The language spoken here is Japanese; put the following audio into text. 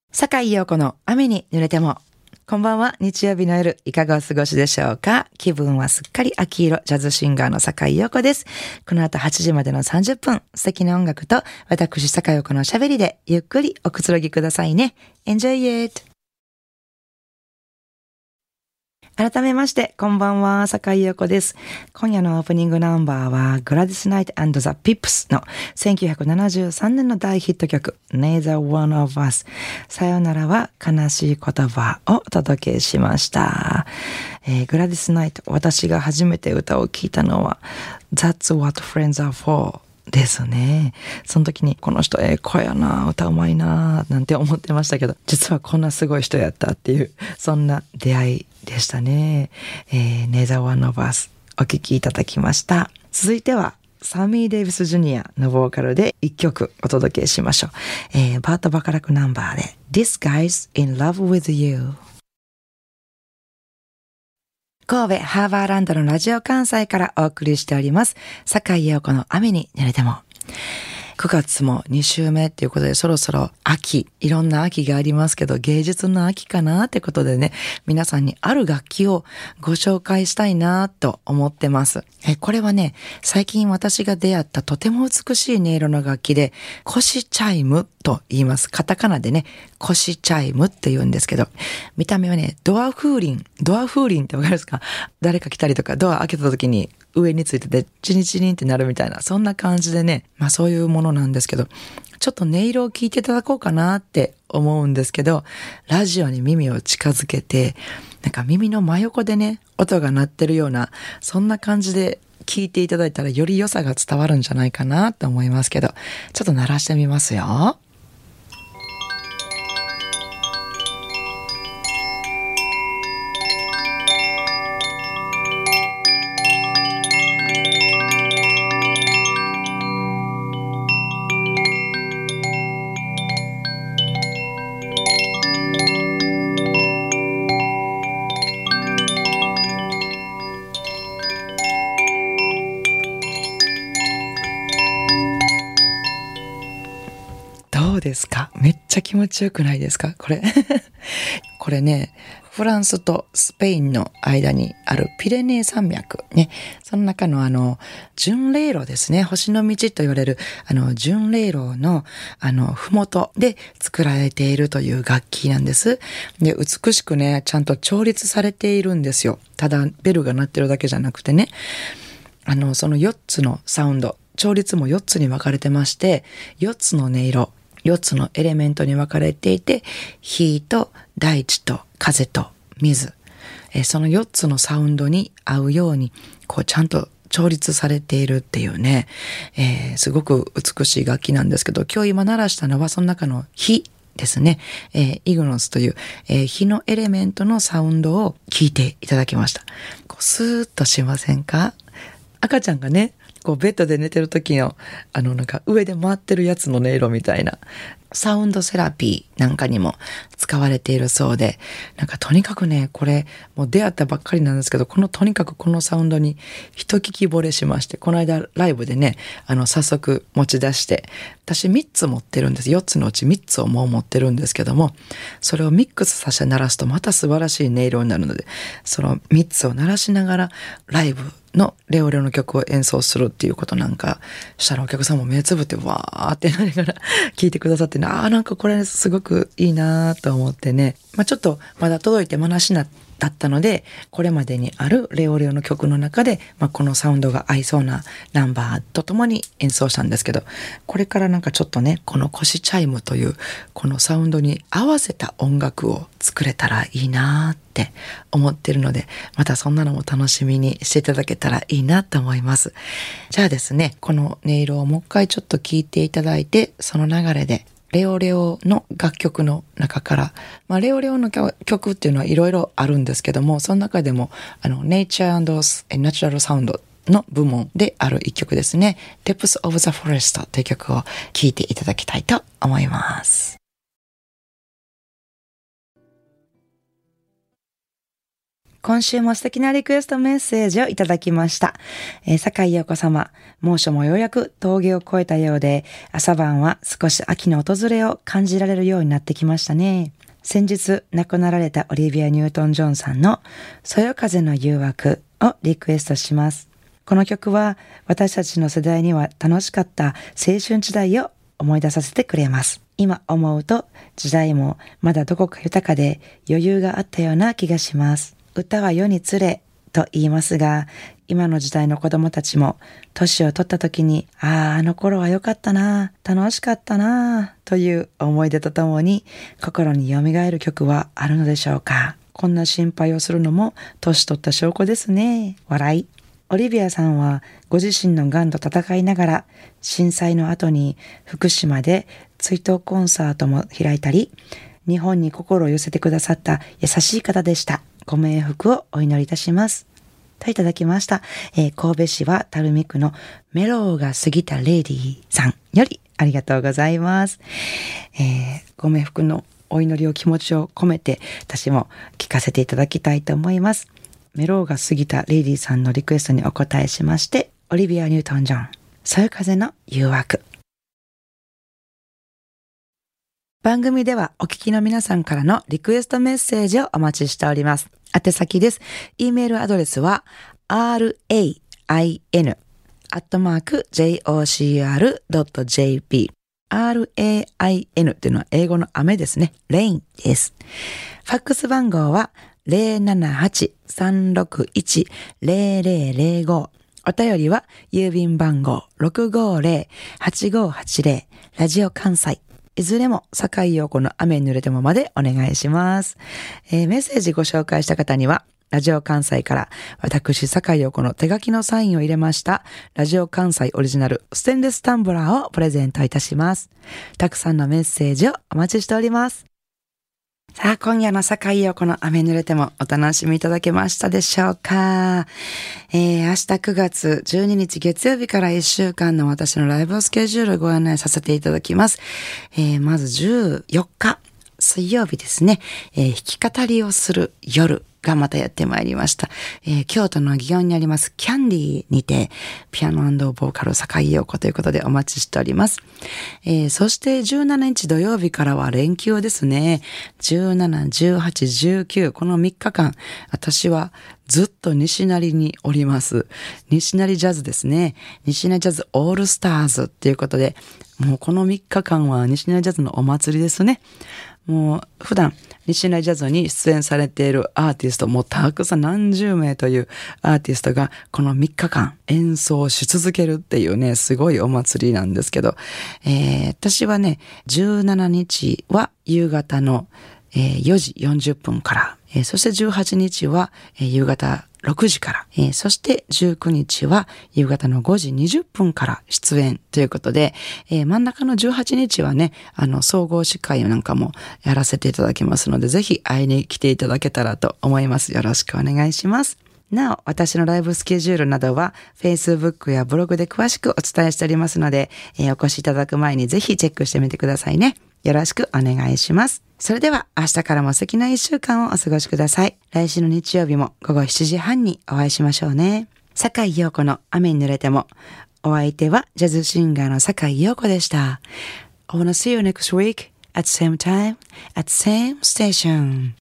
坂井陽子の雨に濡れても。こんばんは。日曜日の夜いかがお過ごしでしょうか。気分はすっかり秋色、ジャズシンガーの坂井陽子です。この後8時までの30分、素敵な音楽と私坂井陽子のしゃべりでゆっくりおくつろぎくださいね。Enjoy it! 改めましてこんばんは、坂井陽子です。今夜のオープニングナンバーはGladys Knight and the Pips の1973年の大ヒット曲 Neither One of Us さよならは悲しい言葉をお届けしました。グラディス・ナイト、私が初めて歌を聴いたのは That's What Friends Are Forですね。その時にこの人声やな、歌うまいななんて思ってましたけど、実はこんなすごい人やったっていう、そんな出会いでしたね。Neither One of Us お聴きいただきました。続いてはサミー・デイビス・ジュニアのボーカルで一曲お届けしましょう。バート・バカラクナンバーで This Guy's in Love with You。神戸ハーバーランドのラジオ関西からお送りしております。坂井陽子の雨に濡れても。9月も2週目っていうことで、そろそろ秋、いろんな秋がありますけど、芸術の秋かなってことでね、皆さんにある楽器をご紹介したいなと思ってます。これはね、最近私が出会ったとても美しい音色の楽器で、コシチャイムと言います。カタカナでね、コシチャイムって言うんですけど、見た目はね、ドア風鈴ってわかりますか？誰か来たりとか、ドア開けた時に上についててチリチリンってなるみたいな、そんな感じでね、まあそういうものなんですけど、ちょっと音色を聞いていただこうかなって思うんですけど、ラジオに耳を近づけて、なんか耳の真横でね、音が鳴ってるような、そんな感じで聞いていただいたらより良さが伝わるんじゃないかなと思いますけど、ちょっと鳴らしてみますよ。どうですか？めっちゃ気持ちよくないですか？これこれね、フランスとスペインの間にあるピレネー山脈ね、その中の巡礼路ですね、星の道と言われる巡礼路のふもとで作られているという楽器なんです。で、美しくね、ちゃんと調律されているんですよ。ただベルが鳴ってるだけじゃなくてね、その4つのサウンド、調律も4つに分かれてまして、4つの音色、4つのエレメントに分かれていて、火と大地と風と水、その4つのサウンドに合うようにこうちゃんと調律されているっていうね、すごく美しい楽器なんですけど、今日今鳴らしたのはその中の火ですね、イグノスという、火のエレメントのサウンドを聞いていただきました。こうスーッとしませんか？赤ちゃんがね、こうベッドで寝てる時のなんか上で回ってるやつの音色みたいな、サウンドセラピーなんかにも使われているそうで、なんかとにかくね、これもう出会ったばっかりなんですけど、とにかくこのサウンドに一聞き惚れしまして、この間ライブでね、早速持ち出して、私3つ持ってるんです。4つのうち3つをもう持ってるんですけども、それをミックスさせて鳴らすとまた素晴らしい音色になるので、その3つを鳴らしながらライブのレオレオの曲を演奏するっていうことなんかしたら、お客さんも目つぶってわーってなりながら聞いてくださってね、なんかこれすごくいいなと思ってね、ちょっとまだ届いて話だったので、これまでにあるレオレオの曲の中で、このサウンドが合いそうなナンバーとともに演奏したんですけど、これからなんかちょっとね、このコシチャイムというこのサウンドに合わせた音楽を作れたらいいなって思ってるので、またそんなのも楽しみにしていただけたらいいなと思います。じゃあですね、この音色をもう一回ちょっと聞いていただいて、その流れでレオレオの楽曲の中から、レオレオの曲っていうのはいろいろあるんですけども、その中でもNature and Natural Sound の部門である一曲ですね、Depths of the Forest という曲を聴いていただきたいと思います。 今週も素敵なリクエストメッセージをいただきました。坂井陽子様、猛暑もようやく峠を越えたようで、朝晩は少し秋の訪れを感じられるようになってきましたね。先日亡くなられたオリビア・ニュートン・ジョンさんのそよ風の誘惑をリクエストします。この曲は私たちの世代には楽しかった青春時代を思い出させてくれます。今思うと時代もまだどこか豊かで余裕があったような気がします。歌は世につれと言いますが、今の時代の子供たちも年を取った時に、あの頃は良かったな、楽しかったなという思い出とともに心に蘇る曲はあるのでしょうか。こんな心配をするのも年取った証拠ですね。笑い。オリビアさんはご自身の癌と戦いながら震災の後に福島で追悼コンサートも開いたり、日本に心を寄せてくださった優しい方でした。ご冥福をお祈りいたします。といただきました。神戸市は垂水区のメローが過ぎたレディさんよりありがとうございます。ご冥福のお祈りを気持ちを込めて私も聞かせていただきたいと思います。メローが過ぎたレディさんのリクエストにお答えしまして、オリビア・ニュートン・ジョン、そよ風の誘惑。番組ではお聞きの皆さんからのリクエストメッセージをお待ちしております。宛先です。e メールアドレスは rain@jocr.jp rain というのは英語の雨ですね。rain です。ファックス番号は 078-361-0005。お便りは郵便番号 650-8580 ラジオ関西。いずれも坂井陽子の雨に濡れてもまでお願いします。メッセージご紹介した方にはラジオ関西から私坂井陽子の手書きのサインを入れましたラジオ関西オリジナルステンレスタンブラーをプレゼントいたします。たくさんのメッセージをお待ちしております。さあ、今夜の坂井陽子の雨濡れてもお楽しみいただけましたでしょうか。明日9月12日月曜日から1週間の私のライブスケジュールをご案内させていただきます。まず14日水曜日ですね、弾き語りをする夜がまたやってまいりました。京都の祇園にありますキャンディーにてピアノ&ボーカル坂井陽子ということでお待ちしております。そして17日土曜日からは連休ですね。17、18、19この3日間私はずっと西成におります。西成ジャズですね。西成ジャズオールスターズっていうことで、もうこの3日間は西成ジャズのお祭りですね。もう普段西成ジャズに出演されているアーティストもたくさん何十名というアーティストがこの3日間演奏し続けるっていうね、すごいお祭りなんですけど、私はね17日は夕方の4時40分から、そして18日は夕方6時から、そして19日は夕方の5時20分から出演ということで、真ん中の18日はね、総合司会なんかもやらせていただきますので、ぜひ会いに来ていただけたらと思います。よろしくお願いします。なお、私のライブスケジュールなどは Facebook やブログで詳しくお伝えしておりますので、お越しいただく前にぜひチェックしてみてくださいね。よろしくお願いします。それでは明日からも素敵な1週間をお過ごしください。来週の日曜日も午後7時半にお会いしましょうね。坂井陽子の雨に濡れても。お相手はジャズシンガーの坂井陽子でした。I wanna see you next week at same time at same station.